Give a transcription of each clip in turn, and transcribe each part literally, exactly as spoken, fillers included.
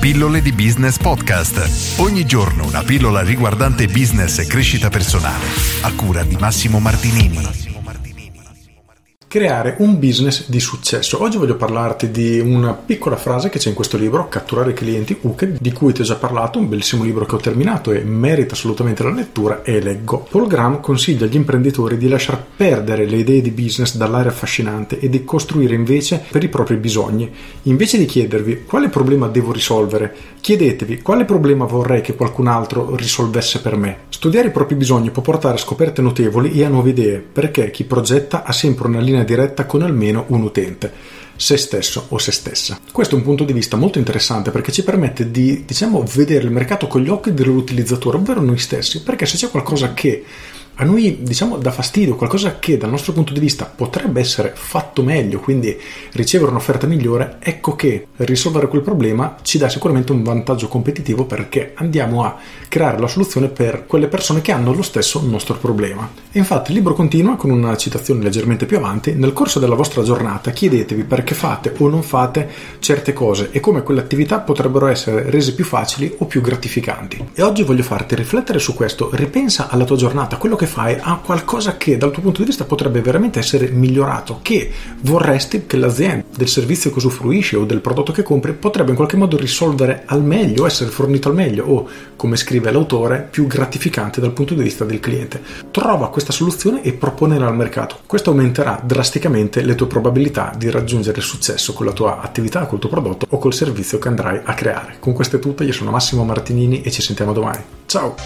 Pillole di Business Podcast. Ogni giorno una pillola riguardante business e crescita personale. A cura di Massimo Martinini. Creare un business di successo. Oggi voglio parlarti di una piccola frase che c'è in questo libro, Catturare i clienti, Hooked, di cui ti ho già parlato, un bellissimo libro che ho terminato e merita assolutamente la lettura e leggo. Paul Graham consiglia agli imprenditori di lasciar perdere le idee di business dall'aria affascinante e di costruire invece per i propri bisogni. Invece di chiedervi quale problema devo risolvere, chiedetevi quale problema vorrei che qualcun altro risolvesse per me. Studiare i propri bisogni può portare a scoperte notevoli e a nuove idee, perché chi progetta ha sempre una linea diretta con almeno un utente, se stesso o se stessa. Questo è un punto di vista molto interessante perché ci permette di, diciamo, vedere il mercato con gli occhi dell'utilizzatore, ovvero noi stessi, perché se c'è qualcosa che a noi, diciamo, dà fastidio, qualcosa che dal nostro punto di vista potrebbe essere fatto meglio, quindi ricevere un'offerta migliore, ecco che risolvere quel problema ci dà sicuramente un vantaggio competitivo, perché andiamo a creare la soluzione per quelle persone che hanno lo stesso nostro problema. E infatti il libro continua con una citazione leggermente più avanti: nel corso della vostra giornata chiedetevi perché fate o non fate certe cose e come quelle attività potrebbero essere rese più facili o più gratificanti. E oggi voglio farti riflettere su questo. Ripensa alla tua giornata, quello che fai a qualcosa che dal tuo punto di vista potrebbe veramente essere migliorato, che vorresti che l'azienda, del servizio che usufruisci o del prodotto che compri potrebbe in qualche modo risolvere al meglio, essere fornito al meglio o, come scrive l'autore, più gratificante dal punto di vista del cliente. Trova questa soluzione e proponela al mercato. Questo aumenterà drasticamente le tue probabilità di raggiungere il successo con la tua attività, col tuo prodotto o col servizio che andrai a creare. Con questo è tutto, io sono Massimo Martinini e ci sentiamo domani. Ciao!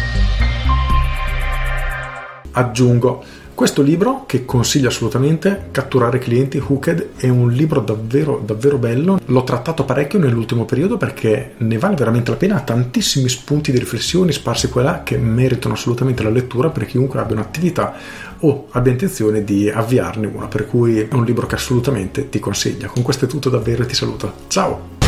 Aggiungo, questo libro che consiglio assolutamente, Catturare clienti, Hooked, è un libro davvero davvero bello. L'ho trattato parecchio nell'ultimo periodo perché ne vale veramente la pena. Ha tantissimi spunti di riflessioni sparsi qua e là che meritano assolutamente la lettura per chiunque abbia un'attività o abbia intenzione di avviarne una, per cui è un libro che assolutamente ti consiglio. Con questo è tutto davvero e ti saluto. Ciao!